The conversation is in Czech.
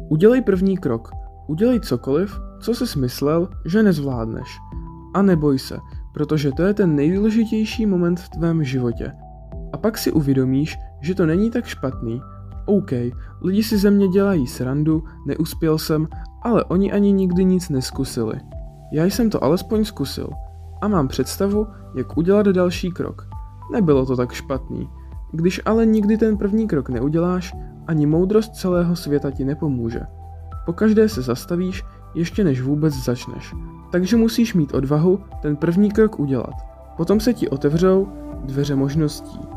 Udělej první krok. Udělej cokoliv, co jsi myslel, že nezvládneš. A neboj se, protože to je ten nejdůležitější moment v tvém životě. A pak si uvědomíš, že to není tak špatný. OK, lidi si ze mě dělají srandu, neuspěl jsem, ale oni ani nikdy nic neskusili. Já jsem to alespoň zkusil. A mám představu, jak udělat další krok. Nebylo to tak špatný. Když ale nikdy ten první krok neuděláš, ani moudrost celého světa ti nepomůže. Pokaždé se zastavíš, ještě než vůbec začneš. Takže musíš mít odvahu ten první krok udělat. Potom se ti otevřou dveře možností.